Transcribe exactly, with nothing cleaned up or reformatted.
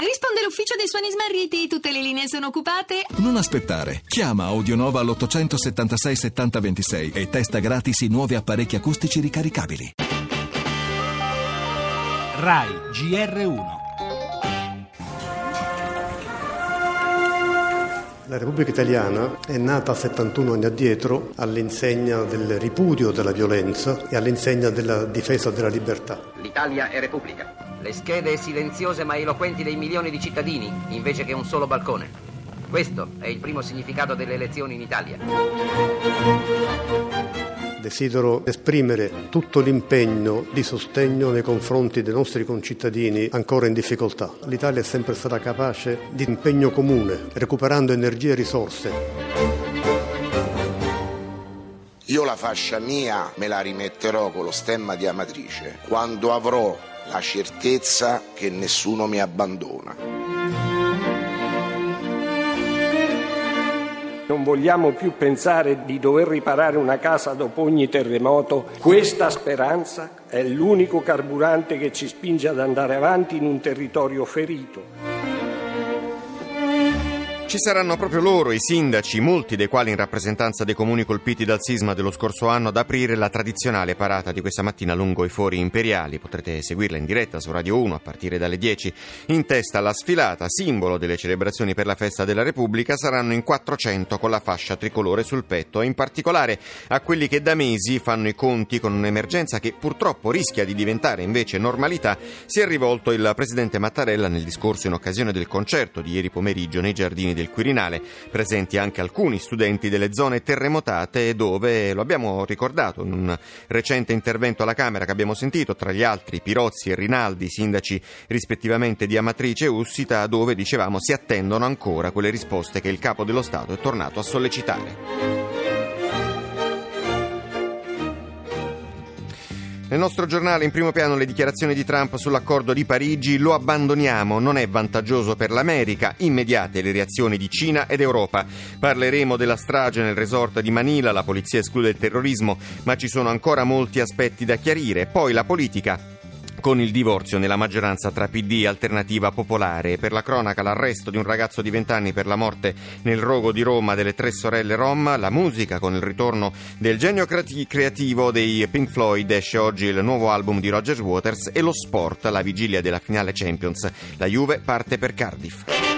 Risponde l'ufficio dei suoni smarriti, tutte le linee sono occupate. Non aspettare, chiama Audionova all'ottocentosettantasei settanta ventisei e testa gratis i nuovi apparecchi acustici ricaricabili. Rai G R uno. La Repubblica Italiana è nata settantuno anni addietro all'insegna del ripudio della violenza e all'insegna della difesa della libertà. L'Italia è Repubblica. Le schede silenziose ma eloquenti dei milioni di cittadini, invece che un solo balcone. Questo è il primo significato delle elezioni in Italia. Desidero esprimere tutto l'impegno di sostegno nei confronti dei nostri concittadini ancora in difficoltà. L'Italia è sempre stata capace di impegno comune, recuperando energie e risorse. Io la fascia mia me la rimetterò con lo stemma di Amatrice quando avrò la certezza che nessuno mi abbandona. Non vogliamo più pensare di dover riparare una casa dopo ogni terremoto. Questa speranza è l'unico carburante che ci spinge ad andare avanti in un territorio ferito. Ci saranno proprio loro, i sindaci, molti dei quali in rappresentanza dei comuni colpiti dal sisma dello scorso anno, ad aprire la tradizionale parata di questa mattina lungo i fori imperiali. Potrete seguirla in diretta su Radio uno a partire dalle dieci. In testa alla sfilata, simbolo delle celebrazioni per la festa della Repubblica, saranno in quattrocento con la fascia tricolore sul petto, e in particolare a quelli che da mesi fanno i conti con un'emergenza che purtroppo rischia di diventare invece normalità. Si è rivolto il presidente Mattarella nel discorso in occasione del concerto di ieri pomeriggio nei giardini del Quirinale, presenti anche alcuni studenti delle zone terremotate, dove, lo abbiamo ricordato in un recente intervento alla Camera che abbiamo sentito, tra gli altri Pirozzi e Rinaldi, sindaci rispettivamente di Amatrice e Ussita, dove, dicevamo, si attendono ancora quelle risposte che il Capo dello Stato è tornato a sollecitare. Nel nostro giornale in primo piano le dichiarazioni di Trump sull'accordo di Parigi. Lo abbandoniamo, non è vantaggioso per l'America. Immediate le reazioni di Cina ed Europa. Parleremo della strage nel resort di Manila, la polizia esclude il terrorismo, ma ci sono ancora molti aspetti da chiarire. Poi la politica, con il divorzio nella maggioranza tra P D e Alternativa Popolare. Per la cronaca, l'arresto di un ragazzo di vent'anni per la morte nel rogo di Roma delle tre sorelle Rom. La musica, con il ritorno del genio creativo dei Pink Floyd, esce oggi il nuovo album di Roger Waters. E lo sport, la vigilia della finale Champions. La Juve parte per Cardiff.